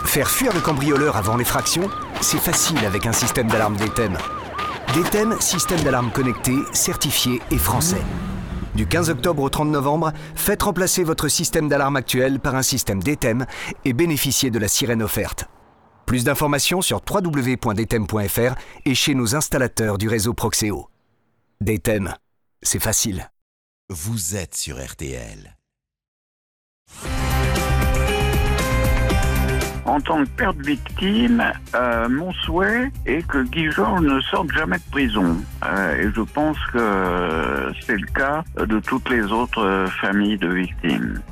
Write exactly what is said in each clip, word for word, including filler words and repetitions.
Faire fuir le cambrioleur avant l'effraction, c'est facile avec un système d'alarme D T E M. D T E M, système d'alarme connecté, certifié et français. Du quinze octobre au trente novembre, faites remplacer votre système d'alarme actuel par un système D T E M et bénéficiez de la sirène offerte. Plus d'informations sur w w w point d t e m point f r et chez nos installateurs du réseau Proxéo. D T E M, c'est facile. Vous êtes sur R T L. En tant que père de victime, euh, mon souhait est que Guy Georges ne sorte jamais de prison. Euh, et je pense que c'est le cas de toutes les autres familles de victimes.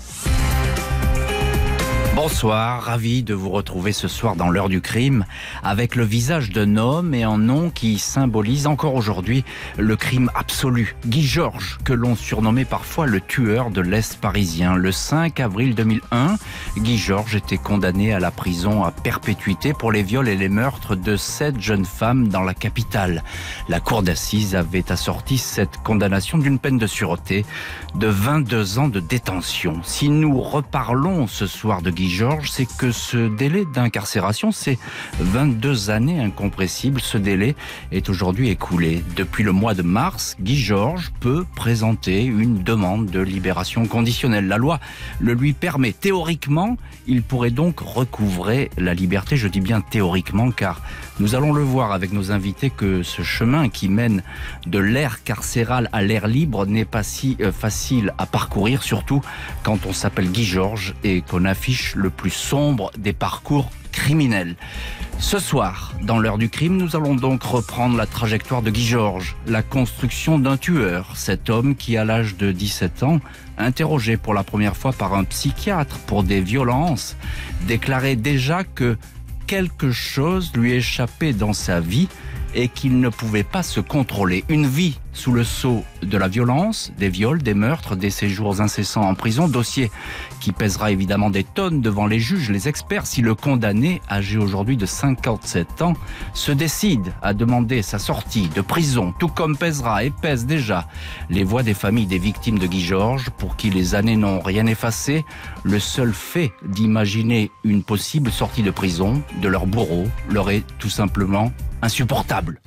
Bonsoir, ravi de vous retrouver ce soir dans l'heure du crime avec le visage d'un homme et un nom qui symbolise encore aujourd'hui le crime absolu. Guy Georges, que l'on surnommait parfois le tueur de l'Est parisien. Le cinq avril deux mille un, Guy Georges était condamné à la prison à perpétuité pour les viols et les meurtres de sept jeunes femmes dans la capitale. La cour d'assises avait assorti cette condamnation d'une peine de sûreté de vingt-deux ans de détention. Si nous reparlons ce soir de Guy Georges, c'est que ce délai d'incarcération, c'est vingt-deux années incompressibles. Ce délai est aujourd'hui écoulé. Depuis le mois de mars, Guy Georges peut présenter une demande de libération conditionnelle. La loi le lui permet. Théoriquement, il pourrait donc recouvrer la liberté. Je dis bien théoriquement, car nous allons le voir avec nos invités que ce chemin qui mène de l'air carcéral à l'air libre n'est pas si facile à parcourir, surtout quand on s'appelle Guy Georges et qu'on affiche le plus sombre des parcours criminels. Ce soir, dans l'heure du crime, nous allons donc reprendre la trajectoire de Guy Georges, la construction d'un tueur, cet homme qui, à l'âge de dix-sept ans, interrogé pour la première fois par un psychiatre pour des violences, déclarait déjà que quelque chose lui échappait dans sa vie et qu'il ne pouvait pas se contrôler. Une vie sous le sceau de la violence, des viols, des meurtres, des séjours incessants en prison, dossier qui pèsera évidemment des tonnes devant les juges, les experts, si le condamné, âgé aujourd'hui de cinquante-sept ans, se décide à demander sa sortie de prison, tout comme pèsera et pèse déjà les voix des familles des victimes de Guy Georges, pour qui les années n'ont rien effacé. Le seul fait d'imaginer une possible sortie de prison de leur bourreau leur est tout simplement insupportable.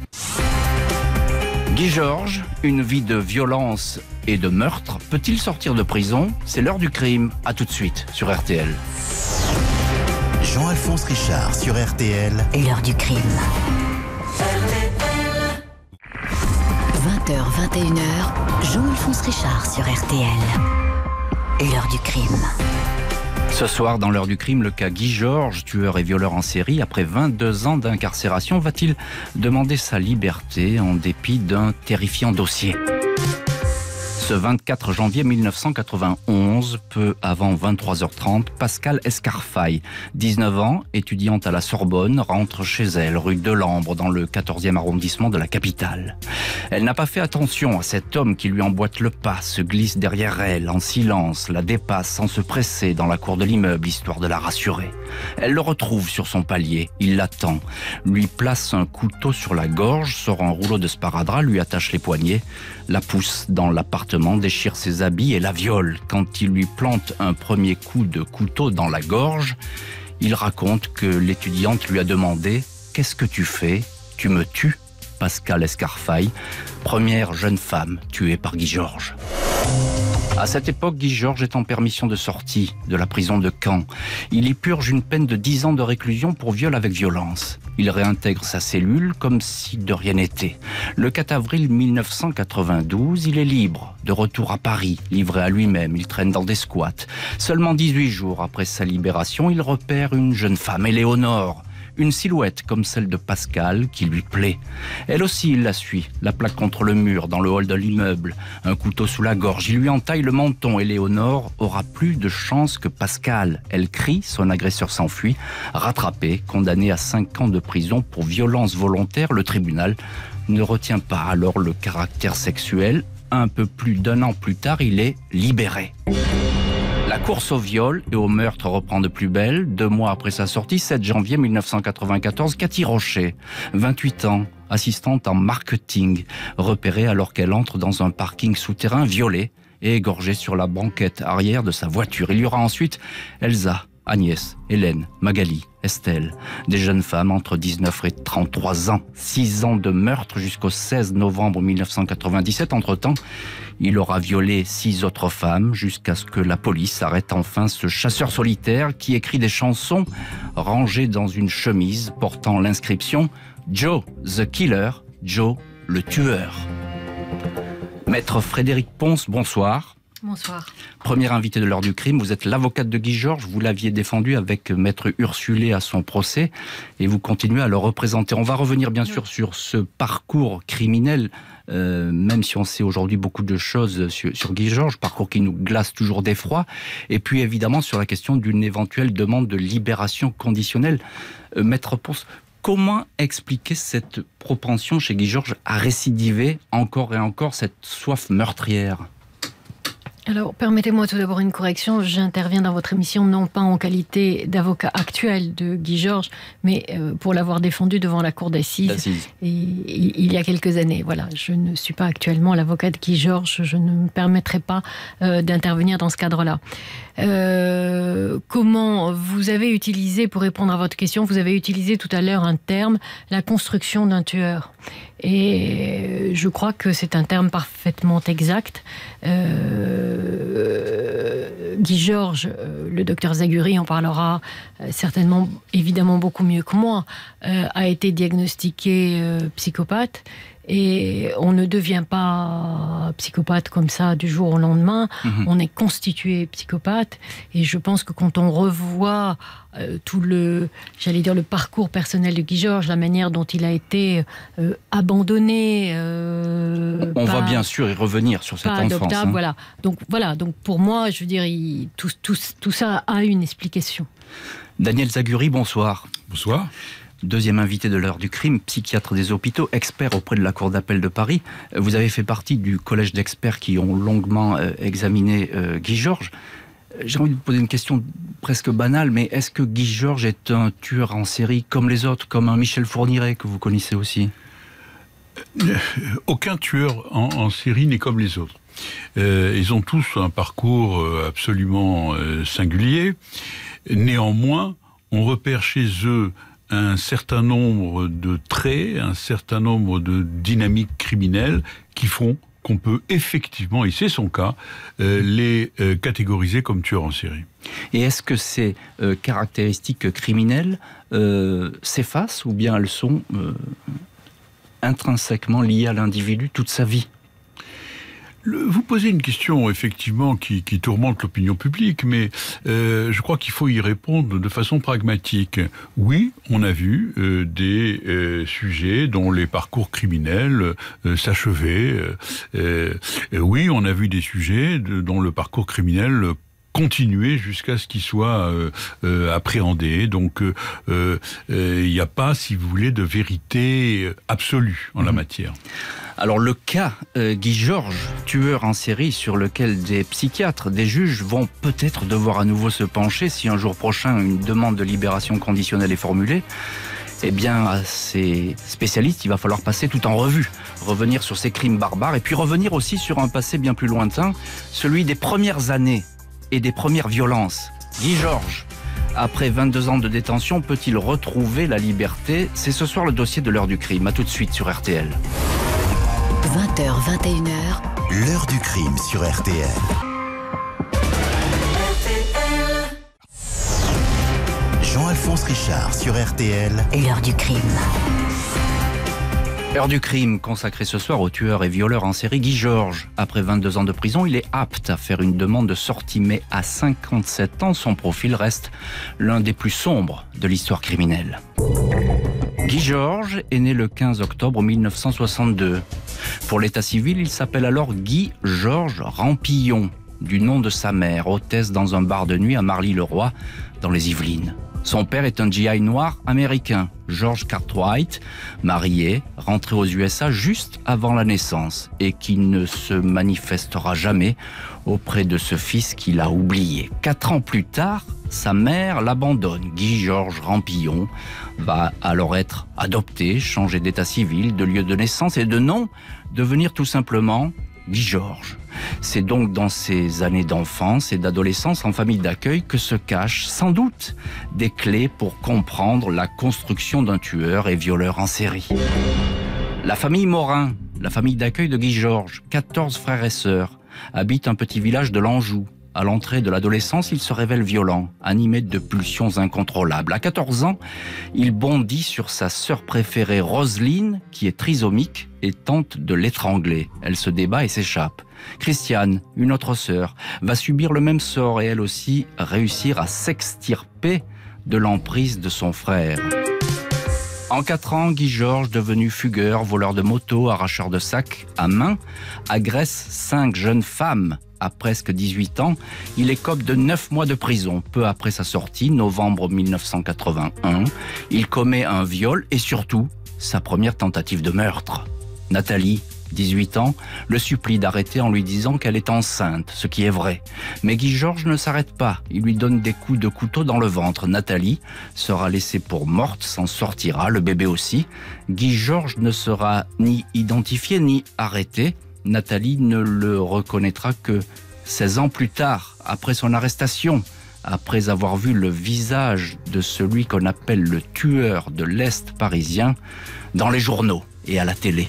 Guy Georges, une vie de violence et de meurtre, peut-il sortir de prison? C'est l'heure du crime. À tout de suite sur R T L. Jean-Alphonse Richard sur R T L. L'heure du crime. vingt heures, vingt et une heures, Jean-Alphonse Richard sur R T L. L'heure du crime. Ce soir, dans l'heure du crime, le cas Guy Georges, tueur et violeur en série, après vingt-deux ans d'incarcération, va-t-il demander sa liberté en dépit d'un terrifiant dossier ? Ce vingt-quatre janvier mille neuf cent quatre-vingt-onze, peu avant vingt-trois heures trente, Pascale Escarfaille, dix-neuf ans, étudiante à la Sorbonne, rentre chez elle, rue Delambre, dans le quatorzième arrondissement de la capitale. Elle n'a pas fait attention à cet homme qui lui emboîte le pas, se glisse derrière elle, en silence, la dépasse sans se presser dans la cour de l'immeuble, histoire de la rassurer. Elle le retrouve sur son palier, il l'attend, lui place un couteau sur la gorge, sort un rouleau de sparadrap, lui attache les poignets, la pousse dans l'appartement, déchire ses habits et la viole. Quand il lui plante un premier coup de couteau dans la gorge, il raconte que l'étudiante lui a demandé « Qu'est-ce que tu fais ? Tu me tues ?» Pascale Escarfaille, première jeune femme tuée par Guy Georges. À cette époque, Guy Georges est en permission de sortie de la prison de Caen. Il y purge une peine de dix ans de réclusion pour viol avec violence. Il réintègre sa cellule comme si de rien n'était. Le quatre avril mille neuf cent quatre-vingt-douze, il est libre, de retour à Paris, livré à lui-même. Il traîne dans des squats. Seulement dix-huit jours après sa libération, il repère une jeune femme, Éléonore. Une silhouette comme celle de Pascale qui lui plaît. Elle aussi, il la suit, la plaque contre le mur dans le hall de l'immeuble, un couteau sous la gorge. Il lui entaille le menton. Éléonore aura plus de chance que Pascale. Elle crie, son agresseur s'enfuit. Rattrapé, condamné à cinq ans de prison pour violence volontaire, le tribunal ne retient pas alors le caractère sexuel. Un peu plus d'un an plus tard, il est libéré. La course au viol et au meurtre reprend de plus belle. Deux mois après sa sortie, sept janvier mille neuf cent quatre-vingt-quatorze, Cathy Rocher, vingt-huit ans, assistante en marketing, repérée alors qu'elle entre dans un parking souterrain, violée et égorgée sur la banquette arrière de sa voiture. Il y aura ensuite Elsa, Agnès, Hélène, Magali, Estelle, des jeunes femmes entre dix-neuf et trente-trois ans. Six ans de meurtre jusqu'au seize novembre mille neuf cent quatre-vingt-dix-sept. Entre-temps, il aura violé six autres femmes jusqu'à ce que la police arrête enfin ce chasseur solitaire qui écrit des chansons rangées dans une chemise portant l'inscription « Joe the Killer », Joe le tueur. Maître Frédéric Pons, bonsoir. Bonsoir. Premier invité de l'heure du crime, vous êtes l'avocate de Guy Georges, vous l'aviez défendu avec Maître Ursulé à son procès et vous continuez à le représenter. On va revenir bien sûr sur ce parcours criminel, euh, même si on sait aujourd'hui beaucoup de choses sur, sur Guy Georges, parcours qui nous glace toujours d'effroi, et puis évidemment sur la question d'une éventuelle demande de libération conditionnelle. Euh, Maître Pons, comment expliquer cette propension chez Guy Georges à récidiver encore et encore, cette soif meurtrière ? Alors, permettez-moi tout d'abord une correction. J'interviens dans votre émission non pas en qualité d'avocat actuel de Guy Georges, mais euh, pour l'avoir défendu devant la cour d'assises et, et, il y a quelques années. Voilà, je ne suis pas actuellement l'avocat de Guy Georges. Je ne me permettrai pas euh, d'intervenir dans ce cadre-là. Euh, comment vous avez utilisé, pour répondre à votre question, vous avez utilisé tout à l'heure un terme, la construction d'un tueur. Et je crois que c'est un terme parfaitement exact. Euh, Guy Georges, euh, le docteur Zaguri en parlera euh, certainement, évidemment beaucoup mieux que moi, euh, a été diagnostiqué euh, psychopathe. Et on ne devient pas psychopathe comme ça du jour au lendemain. Mmh. On est constitué psychopathe. Et je pense que quand on revoit euh, tout le, j'allais dire le parcours personnel de Guy Georges, la manière dont il a été euh, abandonné. Euh, on pas, va bien sûr y revenir sur cette enfance. Hein. Voilà. Donc voilà. Donc pour moi, je veux dire, il, tout, tout, tout ça a une explication. Daniel Zaguri, bonsoir. Bonsoir. Deuxième invité de l'heure du crime, psychiatre des hôpitaux, expert auprès de la Cour d'appel de Paris. Vous avez fait partie du collège d'experts qui ont longuement euh, examiné euh, Guy Georges. J'ai envie de vous poser une question presque banale, mais est-ce que Guy Georges est un tueur en série comme les autres, comme un Michel Fourniret que vous connaissez aussi ? Aucun tueur en, en série n'est comme les autres. Euh, ils ont tous un parcours absolument euh, singulier. Néanmoins, on repère chez eux un certain nombre de traits, un certain nombre de dynamiques criminelles qui font qu'on peut effectivement, et c'est son cas, euh, les euh, catégoriser comme tueurs en série. Et est-ce que ces euh, caractéristiques criminelles euh, s'effacent ou bien elles sont euh, intrinsèquement liées à l'individu toute sa vie ? Le, vous posez une question effectivement qui, qui tourmente l'opinion publique, mais euh, je crois qu'il faut y répondre de façon pragmatique. Oui, on a vu euh, des euh, sujets dont les parcours criminels euh, s'achevaient. Euh, euh, oui, on a vu des sujets de, dont le parcours criminel continuer jusqu'à ce qu'il soit euh, euh, appréhendé. Donc, il euh, n'y euh, a pas, si vous voulez, de vérité absolue en mmh. la matière. Alors, le cas euh, Guy Georges, tueur en série, sur lequel des psychiatres, des juges vont peut-être devoir à nouveau se pencher si un jour prochain une demande de libération conditionnelle est formulée, eh bien, à ces spécialistes, il va falloir passer tout en revue, revenir sur ces crimes barbares, et puis revenir aussi sur un passé bien plus lointain, celui des premières années et des premières violences. Guy Georges, après vingt-deux ans de détention, peut-il retrouver la liberté ? C'est ce soir le dossier de l'heure du crime. À tout de suite sur R T L. vingt heures, vingt et une heures. L'heure du crime sur R T L. Jean-Alphonse Richard sur R T L. L'heure du crime. Heure du crime consacrée ce soir au tueur et violeur en série Guy Georges. Après vingt-deux ans de prison, il est apte à faire une demande de sortie, mais à cinquante-sept ans, son profil reste l'un des plus sombres de l'histoire criminelle. Guy Georges est né le quinze octobre mille neuf cent soixante-deux. Pour l'état civil, il s'appelle alors Guy Georges Rampillon, du nom de sa mère, hôtesse dans un bar de nuit à Marly-le-Roi, dans les Yvelines. Son père est un G I noir américain, George Cartwright, marié, rentré aux U S A juste avant la naissance et qui ne se manifestera jamais auprès de ce fils qu'il a oublié. Quatre ans plus tard, sa mère l'abandonne. Guy Georges Rampillon va alors être adopté, changer d'état civil, de lieu de naissance et de nom, devenir tout simplement Guy Georges. C'est donc dans ses années d'enfance et d'adolescence en famille d'accueil que se cachent sans doute des clés pour comprendre la construction d'un tueur et violeur en série. La famille Morin, la famille d'accueil de Guy Georges, quatorze frères et sœurs, habite un petit village de l'Anjou. À l'entrée de l'adolescence, il se révèle violent, animé de pulsions incontrôlables. À quatorze ans, il bondit sur sa sœur préférée Roselyne, qui est trisomique, et tente de l'étrangler. Elle se débat et s'échappe. Christiane, une autre sœur, va subir le même sort et elle aussi réussir à s'extirper de l'emprise de son frère. En quatre ans, Guy Georges, devenu fugueur, voleur de moto, arracheur de sacs à main, agresse cinq jeunes femmes. À presque dix-huit ans, il écope de neuf mois de prison. Peu après sa sortie, novembre mille neuf cent quatre-vingt-un, il commet un viol et surtout sa première tentative de meurtre. Nathalie, dix-huit ans, le supplie d'arrêter en lui disant qu'elle est enceinte, ce qui est vrai. Mais Guy Georges ne s'arrête pas. Il lui donne des coups de couteau dans le ventre. Nathalie sera laissée pour morte, s'en sortira, le bébé aussi. Guy Georges ne sera ni identifié ni arrêté. Nathalie ne le reconnaîtra que seize ans plus tard, après son arrestation, après avoir vu le visage de celui qu'on appelle le tueur de l'Est parisien dans les journaux et à la télé.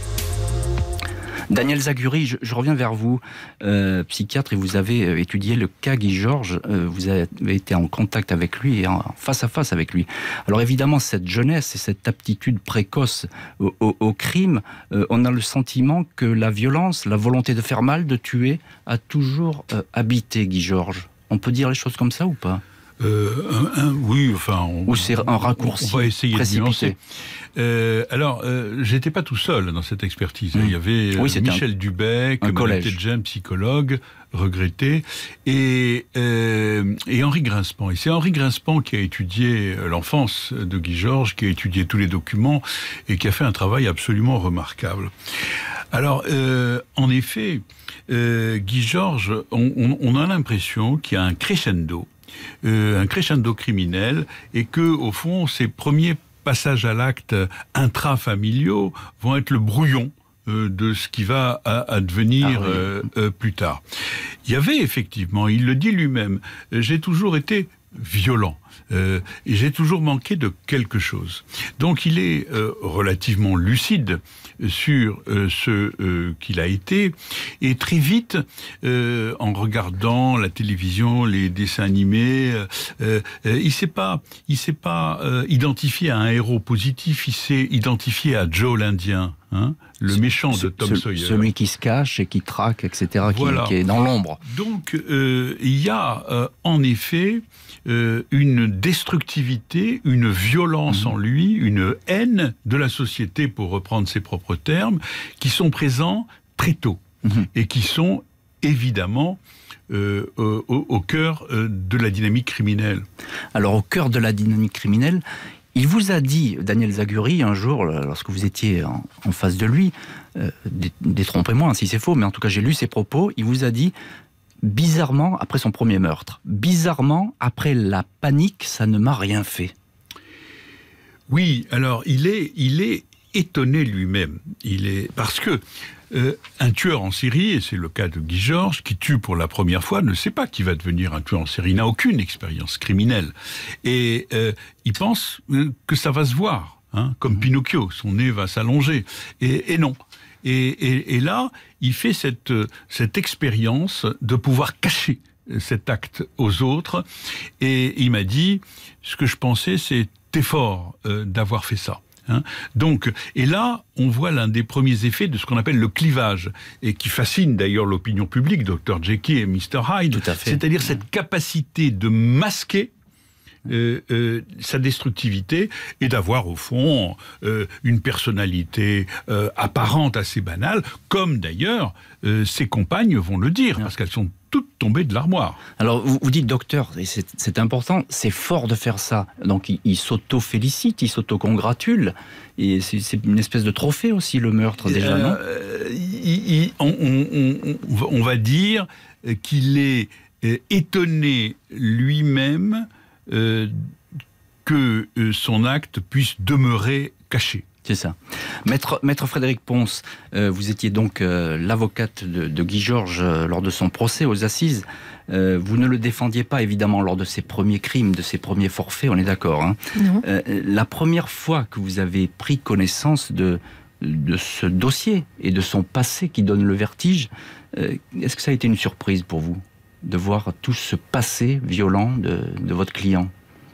Daniel Zaguri, je, je reviens vers vous, euh, psychiatre, et vous avez étudié le cas Guy Georges, euh, vous avez été en contact avec lui et en face à face avec lui. Alors évidemment, cette jeunesse et cette aptitude précoce au, au, au crime, euh, on a le sentiment que la violence, la volonté de faire mal, de tuer, a toujours euh, habité Guy Georges. On peut dire les choses comme ça ou pas ? Euh, un, un, oui, enfin... On, Ou c'est un raccourci on va essayer précipité. de nuancer. Euh, alors, euh, j'étais pas tout seul dans cette expertise. Mmh. Il y avait oui, euh, Michel un, Dubec, un collège, Tedjen, psychologue, regretté, et, euh, et Henri Grinspan. Et c'est Henri Grinspan qui a étudié l'enfance de Guy Georges, qui a étudié tous les documents, et qui a fait un travail absolument remarquable. Alors, euh, en effet, euh, Guy Georges, on, on, on a l'impression qu'il y a un crescendo, euh, un crescendo criminel, et que, au fond, ses premiers passages à l'acte intrafamiliaux vont être le brouillon euh, de ce qui va advenir ah oui. euh, euh, plus tard. Il y avait effectivement, il le dit lui-même, euh, j'ai toujours été violent. Euh, et j'ai toujours manqué de quelque chose. Donc il est euh, relativement lucide sur euh, ce euh, qu'il a été, et très vite, euh, en regardant la télévision, les dessins animés, euh, euh, il s'est pas, il s'est pas euh, identifié à un héros positif, il s'est identifié à Joe l'Indien, hein, le méchant de Tom ce, Sawyer. Celui qui se cache et qui traque, et cetera, voilà. qui, qui est dans l'ombre. Donc euh, il y a euh, en effet Euh, une destructivité, une violence mmh. en lui, une haine de la société, pour reprendre ses propres termes, qui sont présents très tôt mmh. et qui sont évidemment euh, au, au cœur euh, de la dynamique criminelle. Alors au cœur de la dynamique criminelle, il vous a dit, Daniel Zaguri, un jour, lorsque vous étiez en, en face de lui, euh, détrompez-moi hein, si c'est faux, mais en tout cas j'ai lu ses propos, il vous a dit... Bizarrement, après son premier meurtre, bizarrement, après la panique, ça ne m'a rien fait. Oui, alors il est, il est étonné lui-même. Il est parce que euh, un tueur en série, et c'est le cas de Guy Georges, qui tue pour la première fois, ne sait pas qu'il va devenir un tueur en série. Il n'a aucune expérience criminelle et euh, il pense que ça va se voir, hein, comme mmh. Pinocchio, son nez va s'allonger. Et, et non. Et, et, et là, il fait cette, cette expérience de pouvoir cacher cet acte aux autres. Et il m'a dit, ce que je pensais, c'était fort euh, d'avoir fait ça. Hein. Donc, et là, on voit l'un des premiers effets de ce qu'on appelle le clivage, et qui fascine d'ailleurs l'opinion publique, docteur Jekyll et mister Hyde. Tout à fait. C'est-à-dire cette capacité de masquer Euh, euh, sa destructivité et d'avoir au fond euh, une personnalité euh, apparente assez banale, comme d'ailleurs euh, ses compagnes vont le dire, parce qu'elles sont toutes tombées de l'armoire. Alors vous, vous dites docteur, et c'est, c'est important, c'est fort de faire ça. Donc il, il s'auto-félicite, il s'auto-congratule, et c'est, c'est une espèce de trophée aussi le meurtre déjà, euh, non il, il, on, on, on, on va dire qu'il est étonné lui-même Euh, que euh, son acte puisse demeurer caché. C'est ça. Maître, Maître Frédéric Pons, euh, vous étiez donc euh, l'avocate de, de Guy Georges euh, lors de son procès aux assises. Euh, vous ne le défendiez pas, évidemment, lors de ses premiers crimes, de ses premiers forfaits, on est d'accord. Hein. Non. Euh, la première fois que vous avez pris connaissance de, de ce dossier et de son passé qui donne le vertige, euh, est-ce que ça a été une surprise pour vous de voir tout ce passé violent de, de votre client ?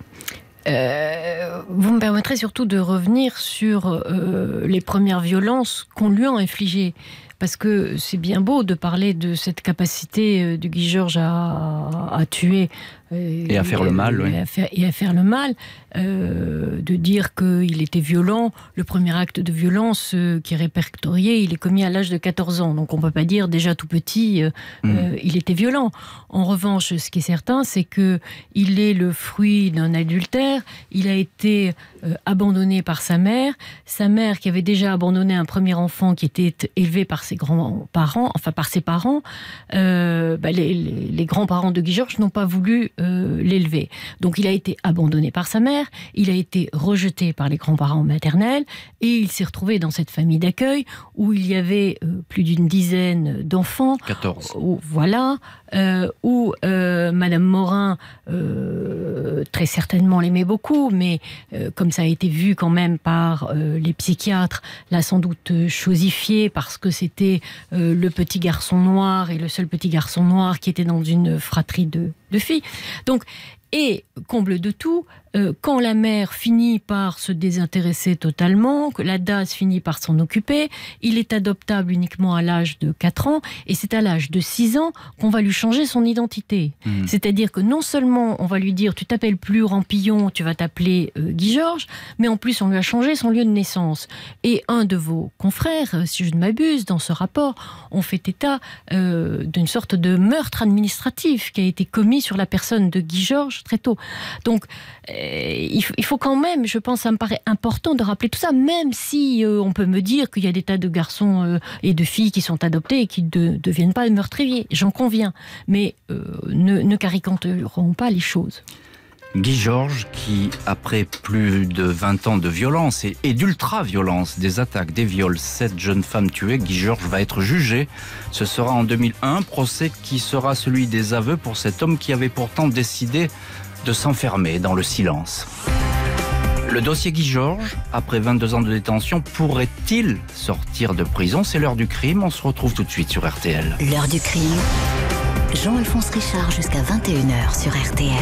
Euh, vous me permettrez surtout de revenir sur euh, les premières violences qu'on lui a infligées. Parce que c'est bien beau de parler de cette capacité de Guy Georges à, à tuer. Et à faire le mal, oui. Et à faire, et à faire le mal. Euh, de dire qu'il était violent. Le premier acte de violence euh, qui est répertorié, il est commis à l'âge de quatorze ans. Donc on ne peut pas dire déjà tout petit, euh, mmh. euh, il était violent. En revanche, ce qui est certain, c'est qu'il est le fruit d'un adultère. Il a été euh, abandonné par sa mère. Sa mère qui avait déjà abandonné un premier enfant qui était élevé par ses grands-parents, enfin par ses parents, euh, bah, les, les, les grands-parents de Guy Georges n'ont pas voulu euh, l'élever. Donc il a été abandonné par sa mère, il a été rejeté par les grands-parents maternels et il s'est retrouvé dans cette famille d'accueil où il y avait euh, plus d'une dizaine d'enfants. quatorze. Où, voilà, euh, où euh, Madame Morin, euh, très certainement l'aimait beaucoup, mais euh, comme ça a été vu quand même par euh, les psychiatres, l'a sans doute chosifié parce que c'était euh, le petit garçon noir et le seul petit garçon noir qui était dans une fratrie de, de filles. Donc, et comble de tout, euh, quand la mère finit par se désintéresser totalement, que la D A S finit par s'en occuper, il est adoptable uniquement à l'âge de quatre ans, et c'est à l'âge de six ans qu'on va lui changer son identité. Mmh. C'est-à-dire que non seulement on va lui dire « tu t'appelles plus Rampillon, tu vas t'appeler euh, Guy Georges », mais en plus on lui a changé son lieu de naissance. Et un de vos confrères, si je ne m'abuse, dans ce rapport, ont fait état euh, d'une sorte de meurtre administratif qui a été commis sur la personne de Guy Georges très tôt. Donc, euh, il, faut, il faut quand même, je pense, ça me paraît important de rappeler tout ça, même si euh, on peut me dire qu'il y a des tas de garçons euh, et de filles qui sont adoptés et qui ne deviennent pas meurtriers. J'en conviens. Mais euh, ne, ne caricaturons pas les choses. Guy Georges, qui, après plus de vingt ans de violence et, et d'ultra-violence, des attaques, des viols, sept jeunes femmes tuées, Guy Georges va être jugé. Ce sera en deux mille un, procès qui sera celui des aveux pour cet homme qui avait pourtant décidé de s'enfermer dans le silence. Le dossier Guy Georges, après vingt-deux ans de détention, pourrait-il sortir de prison ? C'est l'heure du crime, on se retrouve tout de suite sur R T L. L'heure du crime, Jean-Alphonse Richard jusqu'à vingt et une heures sur R T L.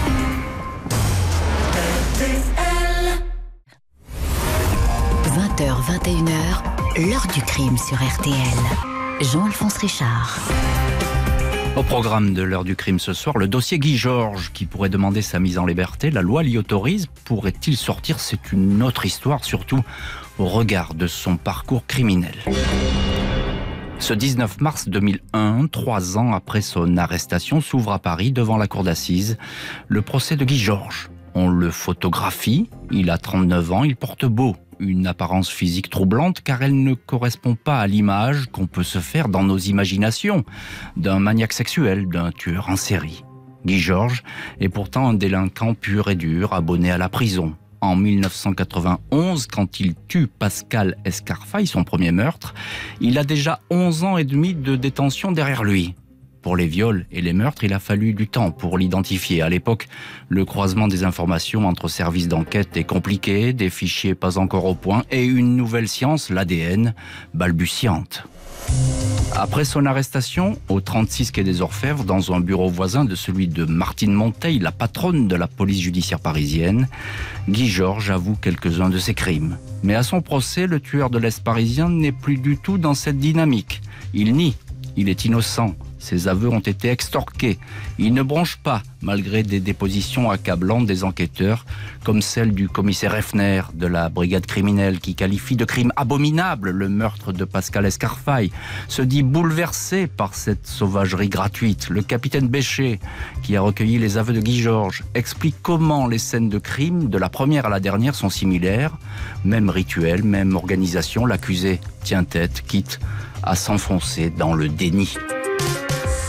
vingt heures, vingt et une heures, l'heure du crime sur R T L. Jean-Alphonse Richard. Au programme de l'heure du crime ce soir, le dossier Guy Georges qui pourrait demander sa mise en liberté. La loi l'y autorise. Pourrait-il sortir ? C'est une autre histoire, surtout au regard de son parcours criminel. Ce dix-neuf mars deux mille un, trois ans après son arrestation, s'ouvre à Paris, devant la cour d'assises, le procès de Guy Georges. On le photographie, il a trente-neuf ans, il porte beau. Une apparence physique troublante car elle ne correspond pas à l'image qu'on peut se faire dans nos imaginations d'un maniaque sexuel, d'un tueur en série. Guy Georges est pourtant un délinquant pur et dur, abonné à la prison. En mille neuf cent quatre-vingt-onze, quand il tue Pascal Escarfaille, son premier meurtre, il a déjà onze ans et demi de détention derrière lui. Pour les viols et les meurtres, il a fallu du temps pour l'identifier. À l'époque, le croisement des informations entre services d'enquête est compliqué, des fichiers pas encore au point, et une nouvelle science, l'A D N, balbutiante. Après son arrestation, au trente-six quai des Orfèvres, dans un bureau voisin de celui de Martine Monteil, la patronne de la police judiciaire parisienne, Guy Georges avoue quelques-uns de ses crimes. Mais à son procès, le tueur de l'Est parisien n'est plus du tout dans cette dynamique. Il nie, il est innocent. Ses aveux ont été extorqués. Il ne bronche pas, malgré des dépositions accablantes des enquêteurs, comme celle du commissaire Effner de la brigade criminelle, qui qualifie de crime abominable le meurtre de Pascal Escarfaille, se dit bouleversé par cette sauvagerie gratuite. Le capitaine Bécher, qui a recueilli les aveux de Guy Georges, explique comment les scènes de crime, de la première à la dernière, sont similaires. Même rituel, même organisation, l'accusé tient tête, quitte à s'enfoncer dans le déni.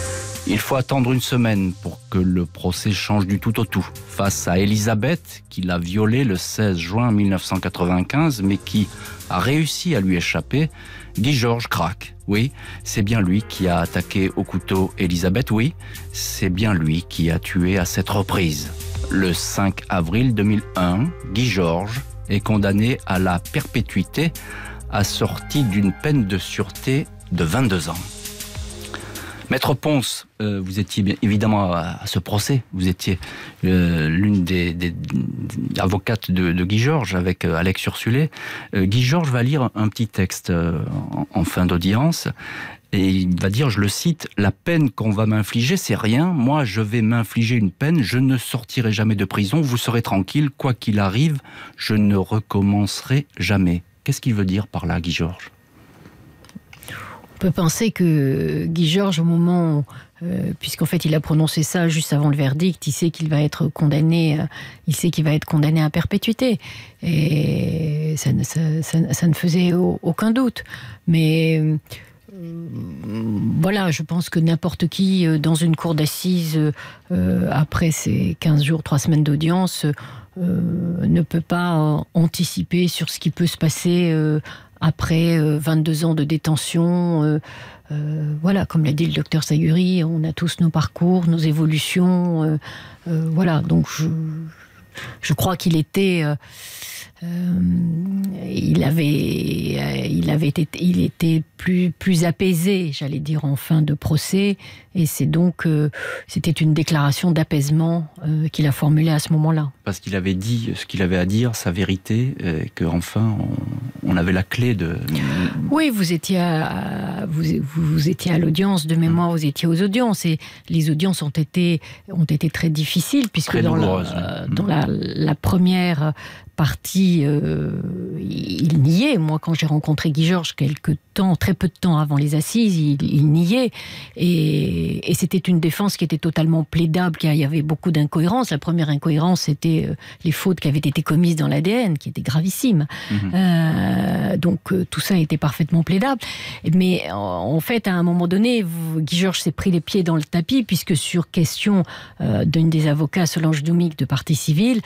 Il faut attendre une semaine pour que le procès change du tout au tout. Face à Elisabeth, qui l'a violé le seize juin mille neuf cent quatre-vingt-quinze, mais qui a réussi à lui échapper, Guy Georges craque. Oui, c'est bien lui qui a attaqué au couteau Elisabeth. Oui, c'est bien lui qui a tué à cette reprise. Le cinq avril deux mille un, Guy Georges est condamné à la perpétuité, assorti d'une peine de sûreté de vingt-deux ans. Maître Ponce, euh, vous étiez bien évidemment à, à ce procès. Vous étiez euh, l'une des, des, des avocates de, de Guy Georges avec euh, Alex Ursulé. Euh, Guy Georges va lire un petit texte euh, en, en fin d'audience. Et il va dire, je le cite, « La peine qu'on va m'infliger, c'est rien. Moi, je vais m'infliger une peine. Je ne sortirai jamais de prison. Vous serez tranquille. Quoi qu'il arrive, je ne recommencerai jamais. » Qu'est-ce qu'il veut dire par là, Guy Georges ? On peut penser que Guy Georges, au moment, euh, puisqu'en fait il a prononcé ça juste avant le verdict, il sait qu'il va être condamné, euh, il sait qu'il va être condamné à perpétuité, et ça ne, ça, ça, ça ne faisait aucun doute. Mais euh, voilà, je pense que n'importe qui dans une cour d'assises, euh, après ces quinze jours, trois semaines d'audience, euh, ne peut pas anticiper sur ce qui peut se passer euh, après euh, vingt-deux ans de détention. Euh, euh, voilà, comme l'a dit le docteur Saguri, on a tous nos parcours, nos évolutions. Euh, euh, voilà, donc je, je crois qu'il était... Euh, Euh, il avait, euh, il avait été, il était plus, plus apaisé, j'allais dire, en fin de procès, et c'est donc, euh, c'était une déclaration d'apaisement euh, qu'il a formulée à ce moment-là. Parce qu'il avait dit ce qu'il avait à dire, sa vérité, et qu'enfin, on, on avait la clé de... Oui, vous étiez à, vous, vous étiez à l'audience, de mémoire, vous étiez aux audiences, et les audiences ont été, ont été très difficiles, puisque très dans, la, oui. dans la, la première partie, euh, il niait. Moi, quand j'ai rencontré Guy Georges, quelques temps, très peu de temps avant les assises, il, il niait. Et, et c'était une défense qui était totalement plaidable, car il y avait beaucoup d'incohérences. La première incohérence, c'était euh, les fautes qui avaient été commises dans l'A D N, qui étaient gravissimes. Mmh. Euh, donc, euh, tout ça était parfaitement plaidable. Mais en, en fait, à un moment donné, vous, Guy Georges s'est pris les pieds dans le tapis, puisque sur question euh, d'une des avocats, Solange Doumic, de partie civile,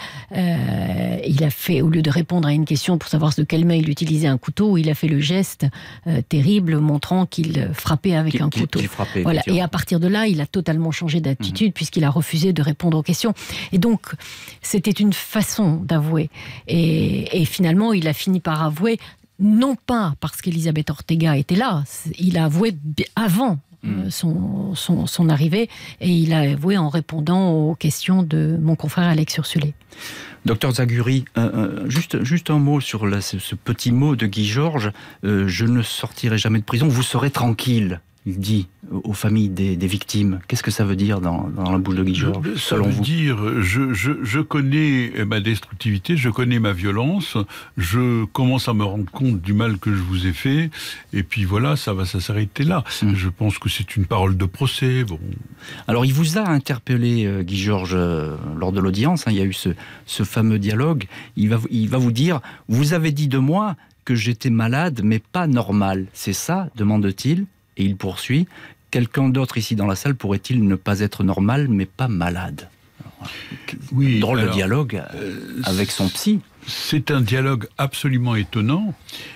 euh, il a fait, au lieu de répondre à une question pour savoir de quelle main il utilisait un couteau, il a fait le geste euh, terrible montrant qu'il frappait avec qu'il, un couteau. Qu'il frappait, voilà. Et à partir de là, il a totalement changé d'attitude mmh. puisqu'il a refusé de répondre aux questions. Et donc, c'était une façon d'avouer. Et, et finalement, il a fini par avouer, non pas parce qu'Elisabeth Ortega était là, il a avoué avant mmh. son, son, son arrivée, et il a avoué en répondant aux questions de mon confrère Alex Ursulé. Docteur Saguri, euh, euh, juste, juste un mot sur la, ce, ce petit mot de Guy Georges. Euh, je ne sortirai jamais de prison, vous serez tranquille, il dit aux familles des, des victimes. Qu'est-ce que ça veut dire dans, dans la bouche de Guy Georges, ça selon veut vous dire, je, je, je connais ma destructivité, je connais ma violence, je commence à me rendre compte du mal que je vous ai fait, et puis voilà, ça va ça s'arrêter là. Mmh. Je pense que c'est une parole de procès. Bon. Alors, il vous a interpellé, euh, Guy Georges, euh, lors de l'audience, hein, il y a eu ce, ce fameux dialogue, il va, il va vous dire, vous avez dit de moi que j'étais malade, mais pas normal. C'est ça, demande-t-il. Et il poursuit, quelqu'un d'autre ici dans la salle pourrait-il ne pas être normal, mais pas malade? Alors, oui, drôle alors, de dialogue euh, avec son psy. C'est un dialogue absolument étonnant,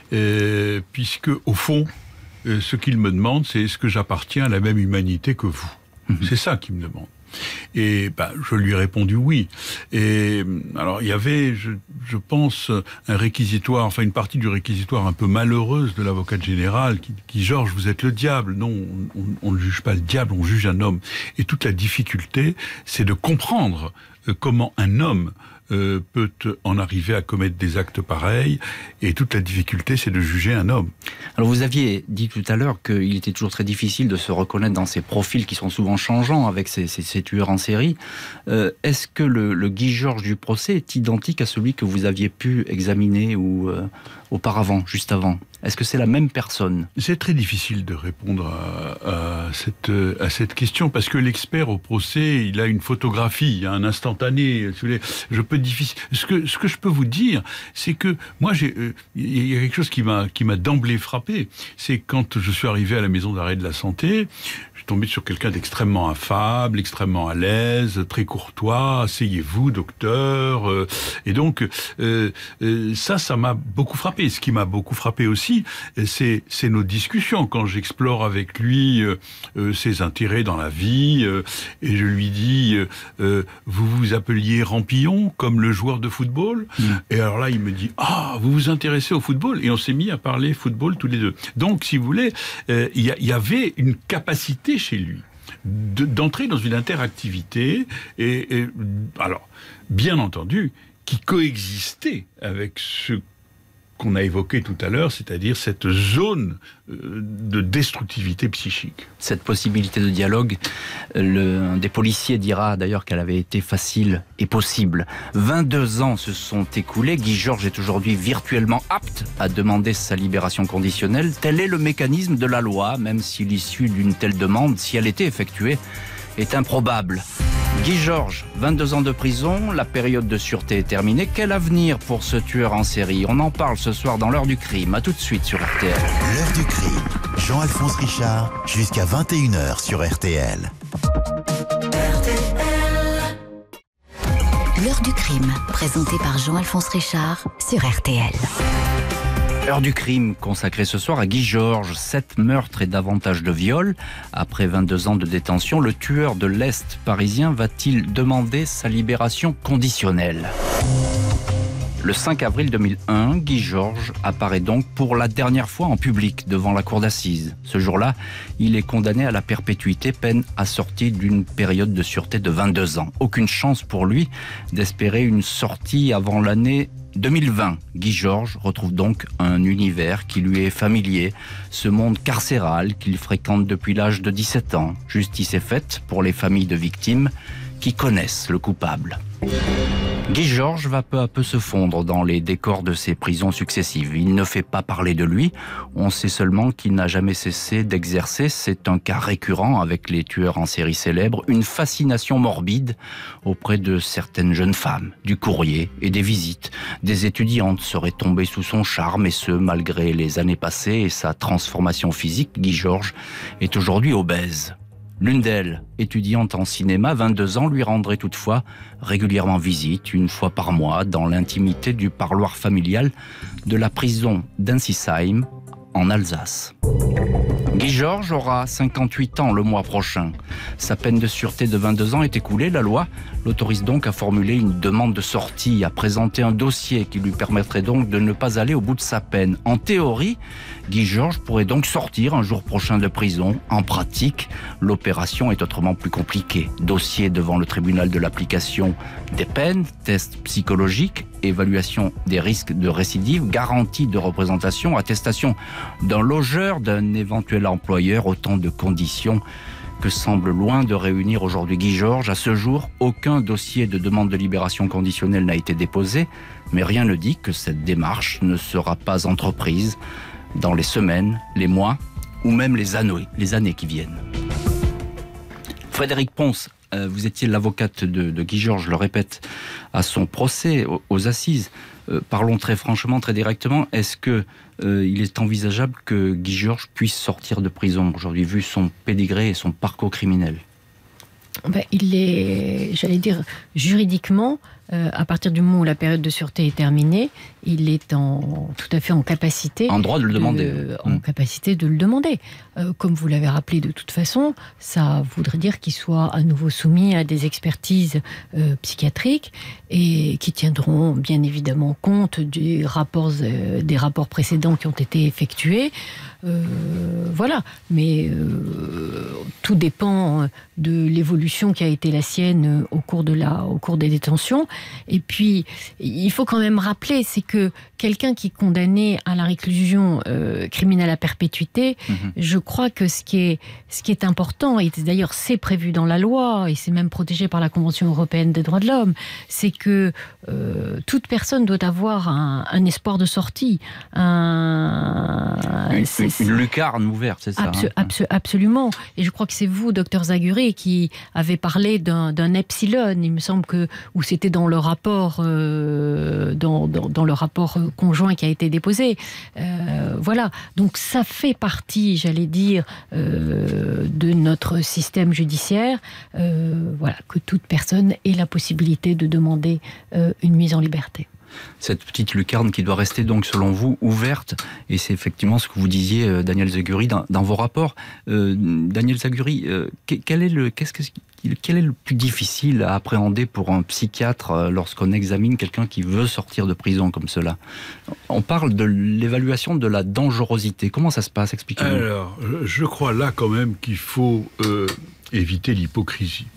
euh, puisque, au fond, euh, ce qu'il me demande, c'est est-ce que j'appartiens à la même humanité que vous? Mmh. C'est ça qu'il me demande. Et ben, je lui ai répondu oui. Et alors il y avait, je, je pense, un réquisitoire, enfin une partie du réquisitoire un peu malheureuse de l'avocate générale qui dit « Georges, vous êtes le diable ». Non, on, on ne juge pas le diable, on juge un homme. Et toute la difficulté, c'est de comprendre comment un homme Euh, peut en arriver à commettre des actes pareils, et toute la difficulté, c'est de juger un homme. Alors vous aviez dit tout à l'heure qu'il était toujours très difficile de se reconnaître dans ces profils qui sont souvent changeants avec ces, ces, ces tueurs en série. Euh, est-ce que le, le Guy Georges du procès est identique à celui que vous aviez pu examiner ou, euh, auparavant, juste avant? Est-ce que c'est la même personne? C'est très difficile de répondre à, à, cette, à cette question, parce que l'expert au procès, il a une photographie, un instantané. Je peux difficile. Ce que, ce que je peux vous dire, c'est que moi, j'ai, euh, il y a quelque chose qui m'a, qui m'a d'emblée frappé. C'est quand je suis arrivé à la maison d'arrêt de la santé, je suis tombé sur quelqu'un d'extrêmement affable, extrêmement à l'aise, très courtois. Asseyez-vous, docteur. Euh, et donc, euh, euh, ça, ça m'a beaucoup frappé. Ce qui m'a beaucoup frappé aussi, c'est, c'est nos discussions. Quand j'explore avec lui euh, euh, ses intérêts dans la vie, euh, et je lui dis, euh, vous vous appeliez Rampillon, comme le joueur de football. Mmh. Et alors là, il me dit, ah, vous vous intéressez au football? Et on s'est mis à parler football tous les deux. Donc, si vous voulez, euh, il y, y avait une capacité chez lui de, d'entrer dans une interactivité, et, et alors, bien entendu, qui coexistait avec ce qu'on a évoqué tout à l'heure, c'est-à-dire cette zone de destructivité psychique. Cette possibilité de dialogue, le, un des policiers dira d'ailleurs qu'elle avait été facile et possible. vingt-deux ans se sont écoulés, Guy Georges est aujourd'hui virtuellement apte à demander sa libération conditionnelle. Tel est le mécanisme de la loi, même si l'issue d'une telle demande, si elle était effectuée, est improbable. Guy Georges, vingt-deux ans de prison, la période de sûreté est terminée. Quel avenir pour ce tueur en série? On en parle ce soir dans l'heure du crime. À tout de suite sur R T L. L'heure du crime. Jean-Alphonse Richard, jusqu'à vingt et une heures sur R T L. L'heure du crime, présentée par Jean-Alphonse Richard sur R T L. Heure du crime consacrée ce soir à Guy Georges. Sept meurtres et davantage de viols. Après vingt-deux ans de détention, le tueur de l'Est parisien va-t-il demander sa libération conditionnelle? Le cinq avril deux mille un, Guy Georges apparaît donc pour la dernière fois en public devant la cour d'assises. Ce jour-là, il est condamné à la perpétuité, peine assortie d'une période de sûreté de vingt-deux ans. Aucune chance pour lui d'espérer une sortie avant l'année deux mille vingt. Guy Georges retrouve donc un univers qui lui est familier, ce monde carcéral qu'il fréquente depuis l'âge de dix-sept ans. Justice est faite pour les familles de victimes qui connaissent le coupable. Guy Georges va peu à peu se fondre dans les décors de ses prisons successives. Il ne fait pas parler de lui, on sait seulement qu'il n'a jamais cessé d'exercer, c'est un cas récurrent avec les tueurs en série célèbres, une fascination morbide auprès de certaines jeunes femmes, du courrier et des visites. Des étudiantes seraient tombées sous son charme, et ce malgré les années passées et sa transformation physique. Guy Georges est aujourd'hui obèse. L'une d'elles, étudiante en cinéma, vingt-deux ans, lui rendrait toutefois régulièrement visite, une fois par mois, dans l'intimité du parloir familial de la prison d'Ensisheim, en Alsace. Guy Georges aura cinquante-huit ans le mois prochain. Sa peine de sûreté de vingt-deux ans est écoulée. La loi l'autorise donc à formuler une demande de sortie, à présenter un dossier qui lui permettrait donc de ne pas aller au bout de sa peine. En théorie, Guy Georges pourrait donc sortir un jour prochain de prison. En pratique, l'opération est autrement plus compliquée. Dossier devant le tribunal de l'application des peines, tests psychologiques, évaluation des risques de récidive, garantie de représentation, attestation d'un logeur, d'un éventuel employeur, autant de conditions que semble loin de réunir aujourd'hui Guy Georges. À ce jour, aucun dossier de demande de libération conditionnelle n'a été déposé, mais rien ne dit que cette démarche ne sera pas entreprise dans les semaines, les mois ou même les années, les années qui viennent. Frédéric Pons, euh, vous étiez l'avocate de, de Guy Georges, je le répète, à son procès aux, aux assises. Euh, parlons très franchement, très directement, est-ce que euh, il est envisageable que Guy Georges puisse sortir de prison aujourd'hui, vu son pédigré et son parcours criminel? Ben, il est, j'allais dire, juridiquement, euh, à partir du moment où la période de sûreté est terminée, il est en, tout à fait en capacité... En droit de le demander. De, en mmh. capacité de le demander. Euh, comme vous l'avez rappelé de toute façon, ça voudrait dire qu'il soit à nouveau soumis à des expertises euh, psychiatriques et qui tiendront bien évidemment compte des rapports, euh, des rapports précédents qui ont été effectués. Euh, voilà, mais euh, tout dépend de l'évolution qui a été la sienne au cours, de la, au cours des détentions Et puis, il faut quand même rappeler, c'est que quelqu'un qui est condamné à la réclusion euh, criminelle à perpétuité, mmh. je crois que ce qui est, ce qui est important, et d'ailleurs c'est prévu dans la loi, et c'est même protégé par la Convention européenne des droits de l'homme, c'est que euh, toute personne doit avoir un, un espoir de sortie. Un, une, c'est, une lucarne ouverte, c'est ça abso- hein. abso- Absolument. Et je crois que c'est vous, docteur Zaguri, qui avez parlé d'un, d'un epsilon, il me semble que, ou c'était dans le rapport, euh, dans, dans, dans le rapport conjoint qui a été déposé. Euh, voilà. Donc ça fait partie, j'allais dire, euh, de notre système judiciaire. Euh, voilà, que toute personne ait la possibilité de demander euh, une mise en liberté. Cette petite lucarne qui doit rester donc selon vous ouverte, et c'est effectivement ce que vous disiez, euh, Daniel Zaguri, dans, dans vos rapports. Euh, Daniel Zaguri, euh, quel est le, qu'est-ce que, quel est le plus difficile à appréhender pour un psychiatre euh, lorsqu'on examine quelqu'un qui veut sortir de prison comme cela? On parle de l'évaluation de la dangerosité. Comment ça se passe? Expliquez-nous. Alors, je crois là quand même qu'il faut euh, éviter l'hypocrisie.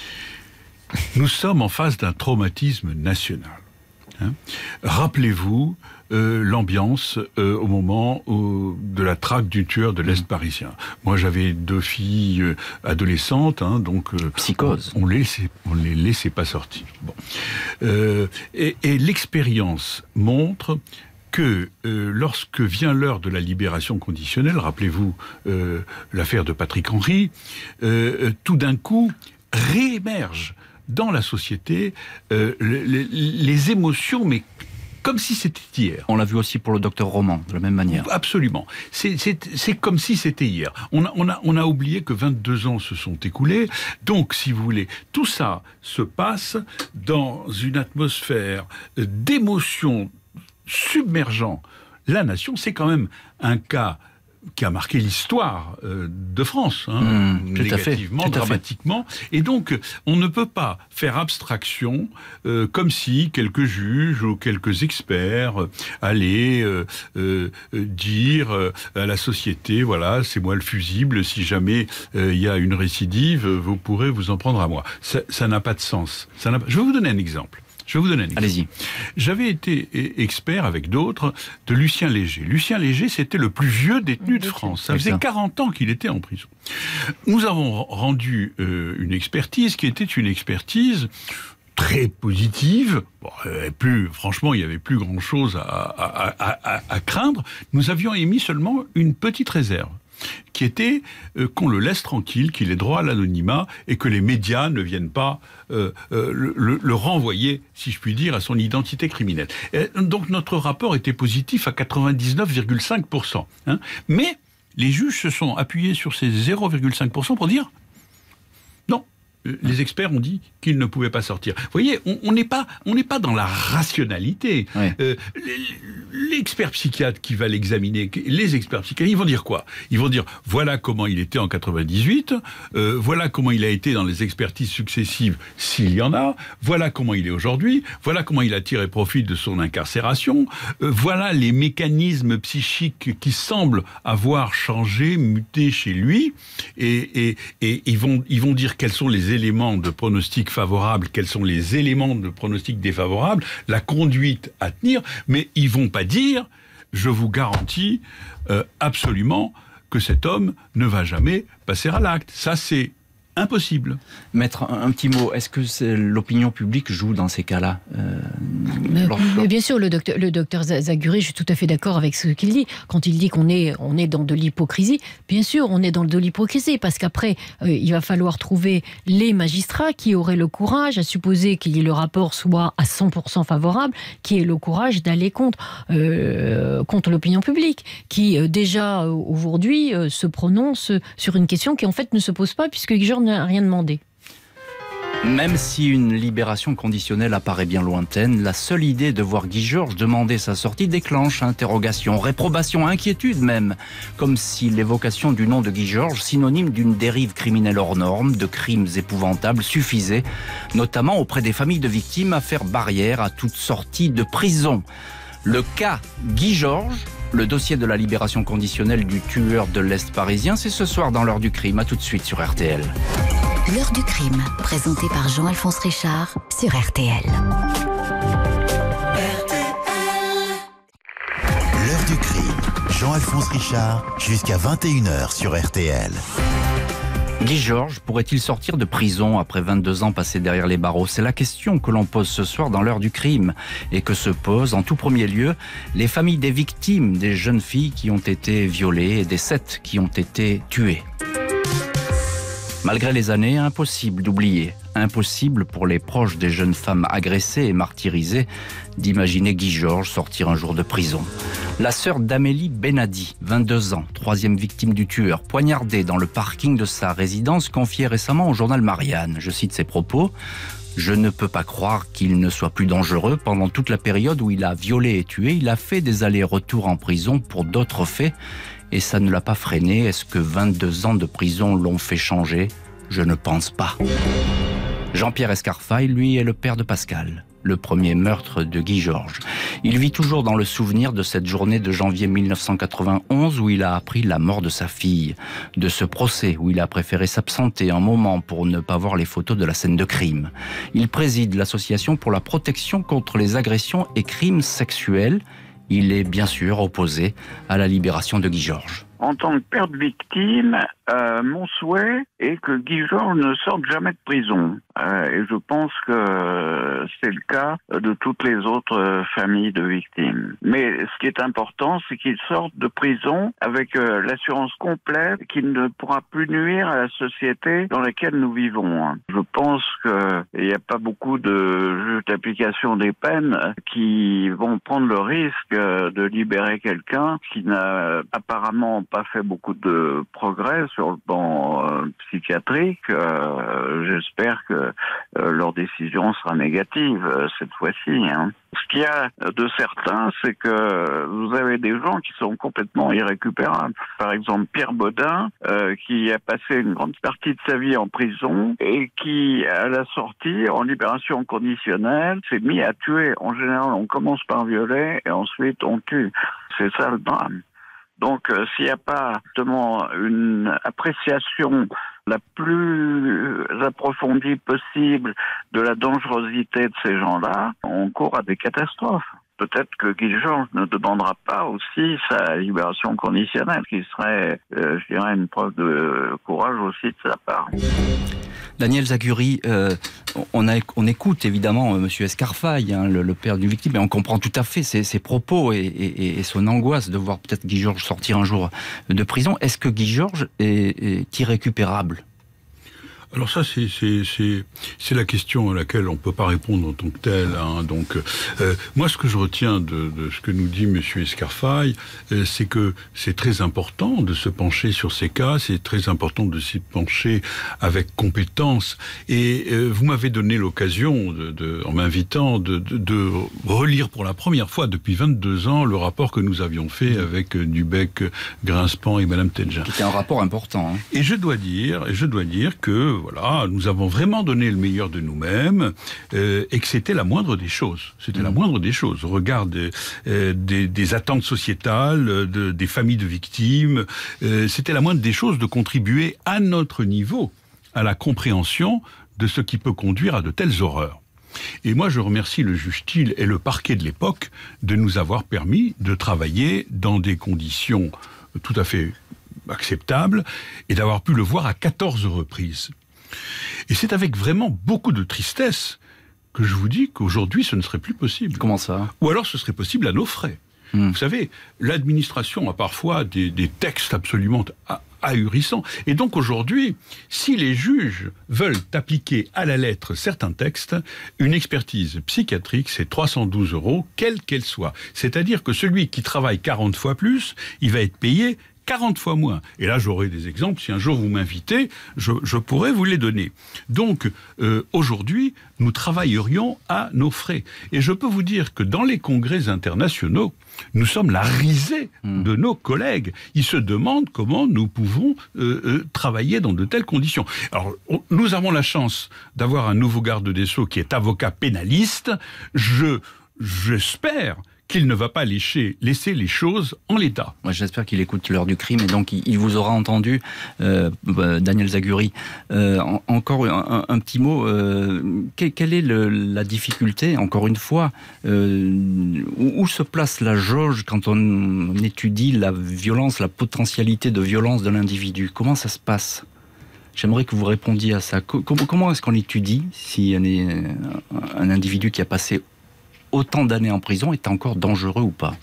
Nous sommes en face d'un traumatisme national. Hein. Rappelez-vous euh, l'ambiance euh, au moment où, de la traque du tueur de l'Est parisien. Moi, j'avais deux filles euh, adolescentes, hein, donc euh, psychose. On, on les laissait, on les laissait pas sortir. Bon. Euh, et, et l'expérience montre que euh, lorsque vient l'heure de la libération conditionnelle, rappelez-vous euh, l'affaire de Patrick Henry, euh, tout d'un coup réémerge dans la société, euh, les, les, les émotions, mais comme si c'était hier. On l'a vu aussi pour le docteur Roman, de la même manière. Absolument. C'est, c'est, c'est comme si c'était hier. On a, on, a, on a oublié que vingt-deux ans se sont écoulés. Donc, si vous voulez, tout ça se passe dans une atmosphère d'émotions submergeant la nation. C'est quand même un cas qui a marqué l'histoire euh, de France, hein, mmh, négativement, fait, dramatiquement. Et donc, on ne peut pas faire abstraction euh, comme si quelques juges ou quelques experts euh, allaient euh, euh, dire euh, à la société, voilà, c'est moi le fusible, si jamais il euh, y a une récidive, vous pourrez vous en prendre à moi. Ça, ça n'a pas de sens. Ça n'a pas... Je vais vous donner un exemple. Je vais vous donner un exemple. Allez-y. J'avais été expert avec d'autres de Lucien Léger. Lucien Léger, c'était le plus vieux détenu de France. Ça faisait quarante ans qu'il était en prison. Nous avons rendu euh, une expertise qui était une expertise très positive. Bon, euh, plus, franchement, il n'y avait plus grand-chose à, à, à, à, à craindre. Nous avions émis seulement une petite réserve, qui était euh, qu'on le laisse tranquille, qu'il ait droit à l'anonymat et que les médias ne viennent pas euh, euh, le, le, le renvoyer, si je puis dire, à son identité criminelle. Et donc notre rapport était positif à quatre-vingt-dix-neuf virgule cinq pour cent. Hein, mais les juges se sont appuyés sur ces zéro virgule cinq pour cent pour dire non. Les experts ont dit qu'il ne pouvait pas sortir. Vous voyez, on n'est pas, on n'est pas dans la rationalité. Ouais. Euh, l'expert psychiatre qui va l'examiner, les experts psychiatres, ils vont dire quoi? Ils vont dire, voilà comment il était en quatre-vingt-dix-huit, euh, voilà comment il a été dans les expertises successives, s'il y en a, voilà comment il est aujourd'hui, voilà comment il a tiré profit de son incarcération, euh, voilà les mécanismes psychiques qui semblent avoir changé, muté chez lui, et, et, et ils vont, ils vont dire quels sont les éléments de pronostic favorables, quels sont les éléments de pronostic défavorables, la conduite à tenir, mais ils vont pas dire, je vous garantis euh, absolument que cet homme ne va jamais passer à l'acte. Ça, c'est impossible. Maître, un, un petit mot. Est-ce que c'est, l'opinion publique joue dans ces cas-là euh, mais, lors, mais Bien sûr, le docteur, le docteur Zaguri, je suis tout à fait d'accord avec ce qu'il dit. Quand il dit qu'on est, on est dans de l'hypocrisie, bien sûr, on est dans de l'hypocrisie, parce qu'après, euh, il va falloir trouver les magistrats qui auraient le courage, à supposer que le rapport soit à cent pour cent favorable, qui aient le courage d'aller contre, euh, contre l'opinion publique, qui euh, déjà euh, aujourd'hui euh, se prononce sur une question qui en fait ne se pose pas, puisque Guy-Georges n'a rien demandé. Même si une libération conditionnelle apparaît bien lointaine, la seule idée de voir Guy-Georges demander sa sortie déclenche interrogation, réprobation, inquiétude même. Comme si l'évocation du nom de Guy-Georges, synonyme d'une dérive criminelle hors norme, de crimes épouvantables, suffisait, notamment auprès des familles de victimes, à faire barrière à toute sortie de prison. Le cas Guy-Georges, le dossier de la libération conditionnelle du tueur de l'Est parisien, c'est ce soir dans l'heure du crime. À tout de suite sur R T L. L'heure du crime, présenté par Jean-Alphonse Richard sur R T L. L'heure du crime, Jean-Alphonse Richard, jusqu'à vingt et une heures sur R T L. Guy Georges pourrait-il sortir de prison après vingt-deux ans passés derrière les barreaux? C'est la question que l'on pose ce soir dans l'heure du crime et que se posent en tout premier lieu les familles des victimes, des jeunes filles qui ont été violées et des sept qui ont été tuées. Malgré les années, impossible d'oublier, impossible pour les proches des jeunes femmes agressées et martyrisées d'imaginer Guy Georges sortir un jour de prison. La sœur d'Amélie Benadi, vingt-deux ans, troisième victime du tueur, poignardée dans le parking de sa résidence, confiait récemment au journal Marianne. Je cite ses propos. « Je ne peux pas croire qu'il ne soit plus dangereux. Pendant toute la période où il a violé et tué, il a fait des allers-retours en prison pour d'autres faits. Et ça ne l'a pas freiné. Est-ce que vingt-deux ans de prison l'ont fait changer? Je ne pense pas. » Jean-Pierre Escarfaille, lui, est le père de Pascal, le premier meurtre de Guy Georges. Il vit toujours dans le souvenir de cette journée de janvier mille neuf cent quatre-vingt-onze où il a appris la mort de sa fille, de ce procès où il a préféré s'absenter un moment pour ne pas voir les photos de la scène de crime. Il préside l'association pour la protection contre les agressions et crimes sexuels. Il est bien sûr opposé à la libération de Guy Georges. En tant que père de victime, euh, mon souhait est que Guy Georges ne sorte jamais de prison. Euh, et je pense que c'est le cas de toutes les autres familles de victimes. Mais ce qui est important, c'est qu'il sorte de prison avec euh, l'assurance complète qu'il ne pourra plus nuire à la société dans laquelle nous vivons. Je pense qu'il n'y a pas beaucoup de juges d'application des peines qui vont prendre le risque de libérer quelqu'un qui n'a apparemment pas fait beaucoup de progrès sur le plan euh, psychiatrique. Euh, j'espère que euh, leur décision sera négative euh, cette fois-ci. Hein. Ce qu'il y a de certain, c'est que vous avez des gens qui sont complètement irrécupérables. Par exemple, Pierre Baudin, euh, qui a passé une grande partie de sa vie en prison et qui, à la sortie, en libération conditionnelle, s'est mis à tuer. En général, on commence par violer et ensuite on tue. C'est ça le drame. Donc, euh, s'il n'y a pas justement une appréciation la plus approfondie possible de la dangerosité de ces gens-là, on court à des catastrophes. Peut-être que Guy Georges ne demandera pas aussi sa libération conditionnelle, qui serait, euh, je dirais, une preuve de courage aussi de sa part. Daniel Zaguri, euh, on, a, on écoute évidemment euh, Monsieur Escarfaille, hein, le, le père d'une victime, et on comprend tout à fait ses, ses propos et, et, et son angoisse de voir peut-être Guy Georges sortir un jour de prison. Est-ce que Guy Georges est, est irrécupérable ? Alors ça, c'est, c'est, c'est, c'est la question à laquelle on ne peut pas répondre en tant que tel. Hein. Donc, euh, moi, ce que je retiens de, de ce que nous dit Monsieur Escarfaille, euh, c'est que c'est très important de se pencher sur ces cas, c'est très important de s'y pencher avec compétence. Et euh, vous m'avez donné l'occasion, de, de, en m'invitant, de, de, de relire pour la première fois depuis vingt-deux ans le rapport que nous avions fait avec Dubec, Grinspan et Madame Tedja. C'était un rapport important. Hein. Et je dois dire, je dois dire que voilà, nous avons vraiment donné le meilleur de nous-mêmes euh, et que c'était la moindre des choses. C'était mmh. la moindre des choses. Au regard des, euh, des, des attentes sociétales, de, des familles de victimes, euh, c'était la moindre des choses de contribuer à notre niveau à la compréhension de ce qui peut conduire à de telles horreurs. Et moi, je remercie le juge Thiel et le parquet de l'époque de nous avoir permis de travailler dans des conditions tout à fait acceptables et d'avoir pu le voir à quatorze reprises. Et c'est avec vraiment beaucoup de tristesse que je vous dis qu'aujourd'hui, ce ne serait plus possible. Comment ça ? Ou alors ce serait possible à nos frais. Mmh. Vous savez, l'administration a parfois des, des textes absolument ahurissants. Et donc aujourd'hui, si les juges veulent appliquer à la lettre certains textes, une expertise psychiatrique, c'est trois cent douze euros, quelle qu'elle soit. C'est-à-dire que celui qui travaille quarante fois plus, il va être payé quarante fois moins. Et là, j'aurai des exemples. Si un jour vous m'invitez, je, je pourrais vous les donner. Donc, euh, aujourd'hui, nous travaillerions à nos frais. Et je peux vous dire que dans les congrès internationaux, nous sommes la risée mmh. de nos collègues. Ils se demandent comment nous pouvons euh, euh, travailler dans de telles conditions. Alors, on, nous avons la chance d'avoir un nouveau garde des Sceaux qui est avocat pénaliste. Je, j'espère qu'il ne va pas laisser, laisser les choses en l'état. Moi, j'espère qu'il écoute l'heure du crime et donc il, il vous aura entendu, euh, Daniel Zaguri. Euh, en, encore un, un petit mot. Euh, quelle, quelle est le, la difficulté, encore une fois, euh, où, où se place la jauge quand on étudie la violence, la potentialité de violence de l'individu? Comment ça se passe? J'aimerais que vous répondiez à ça. Comment, comment est-ce qu'on étudie si un, un individu qui a passé autant d'années en prison est encore dangereux ou pas?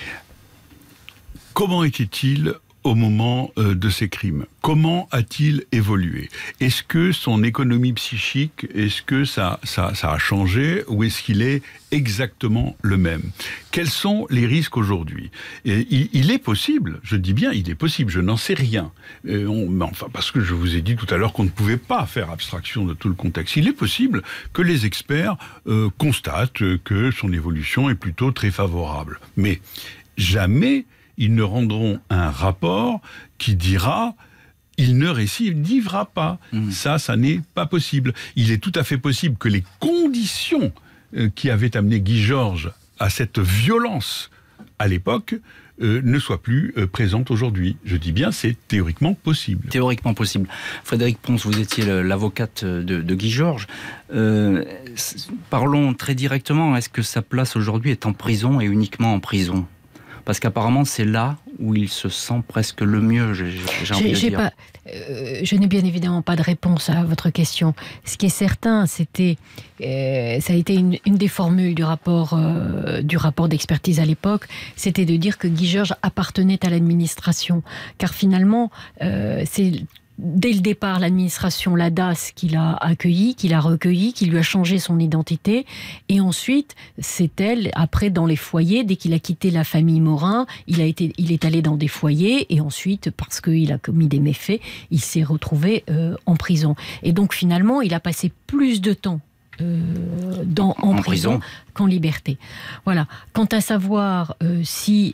Comment était-il au moment euh, de ces crimes? Comment a-t-il évolué? Est-ce que son économie psychique, est-ce que ça, ça, ça a changé ou est-ce qu'il est exactement le même? Quels sont les risques aujourd'hui? Et il, il est possible, je dis bien il est possible, je n'en sais rien. Euh, on, mais enfin, parce que je vous ai dit tout à l'heure qu'on ne pouvait pas faire abstraction de tout le contexte. Il est possible que les experts euh, constatent que son évolution est plutôt très favorable. Mais jamais ils ne rendront un rapport qui dira « il ne récidivera pas mmh. ». Ça, ça n'est pas possible. Il est tout à fait possible que les conditions qui avaient amené Guy Georges à cette violence à l'époque euh, ne soient plus euh, présentes aujourd'hui. Je dis bien, c'est théoriquement possible. Théoriquement possible. Frédéric Pons, vous étiez l'avocate de, de Guy Georges. Euh, parlons très directement. Est-ce que sa place aujourd'hui est en prison et uniquement en prison ? Parce qu'apparemment, c'est là où il se sent presque le mieux, j'ai, j'ai envie de dire. Pas, euh, je n'ai bien évidemment pas de réponse à votre question. Ce qui est certain, c'était, euh, ça a été une, une des formules du rapport, euh, du rapport d'expertise à l'époque, c'était de dire que Guy Georges appartenait à l'administration. Car finalement, euh, c'est... Dès le départ, l'administration, la D A S, qui l'a accueilli, qui l'a recueilli, qui lui a changé son identité. Et ensuite, c'est elle, après, dans les foyers, dès qu'il a quitté la famille Morin, il, a été, il est allé dans des foyers. Et ensuite, parce qu'il a commis des méfaits, il s'est retrouvé euh, en prison. Et donc, finalement, il a passé plus de temps Euh, dans, en, en prison, prison qu'en liberté. Voilà. Quant à savoir euh, si,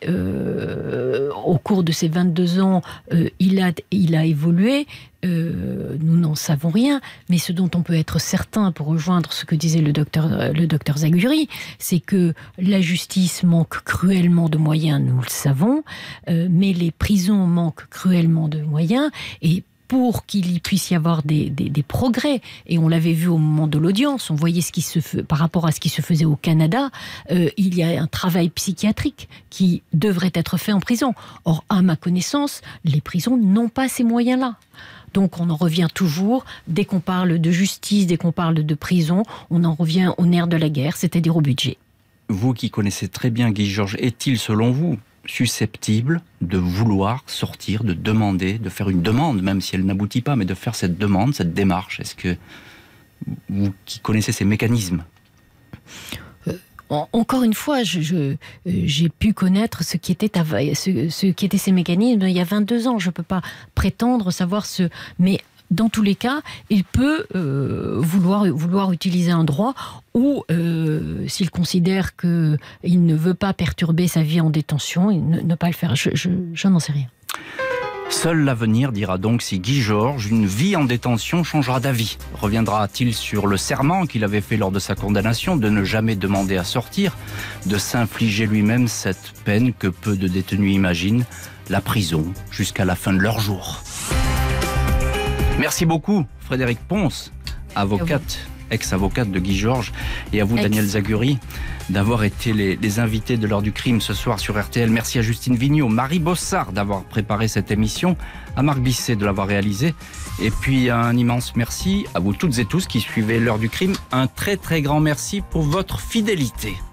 euh, au cours de ces vingt-deux ans, euh, il, a, il a évolué, euh, nous n'en savons rien, mais ce dont on peut être certain, pour rejoindre ce que disait le docteur, le docteur Zaguri, c'est que la justice manque cruellement de moyens, nous le savons, euh, mais les prisons manquent cruellement de moyens, et pour qu'il y puisse y avoir des, des, des progrès, et on l'avait vu au moment de l'audience, on voyait ce qui se fait, par rapport à ce qui se faisait au Canada, euh, il y a un travail psychiatrique qui devrait être fait en prison. Or, à ma connaissance, les prisons n'ont pas ces moyens-là. Donc on en revient toujours, dès qu'on parle de justice, dès qu'on parle de prison, on en revient au nerf de la guerre, c'est-à-dire au budget. Vous qui connaissez très bien Guy Georges, est-il selon vous susceptible de vouloir sortir, de demander, de faire une demande, même si elle n'aboutit pas, mais de faire cette demande, cette démarche? Est-ce que vous qui connaissez ces mécanismes? euh, en, Encore une fois, je, je, euh, j'ai pu connaître ce qui, était à, ce, ce qui étaient ces mécanismes il y a vingt-deux ans. Je ne peux pas prétendre savoir ce... Mais dans tous les cas, il peut euh, vouloir, vouloir utiliser un droit ou, euh, s'il considère qu'il ne veut pas perturber sa vie en détention, ne, ne pas le faire. Je, je, je n'en sais rien. Seul l'avenir dira donc si Guy Georges, une vie en détention, changera d'avis. Reviendra-t-il sur le serment qu'il avait fait lors de sa condamnation de ne jamais demander à sortir, de s'infliger lui-même cette peine que peu de détenus imaginent, la prison jusqu'à la fin de leur jour? Merci beaucoup, Frédéric Pons, avocate, ex-avocate de Guy Georges, et à vous, ex. Daniel Zaguri, d'avoir été les, les invités de l'heure du crime ce soir sur R T L. Merci à Justine Vignot, Marie Bossard d'avoir préparé cette émission, à Marc Bisset de l'avoir réalisée, et puis un immense merci à vous toutes et tous qui suivez l'heure du crime. Un très très grand merci pour votre fidélité.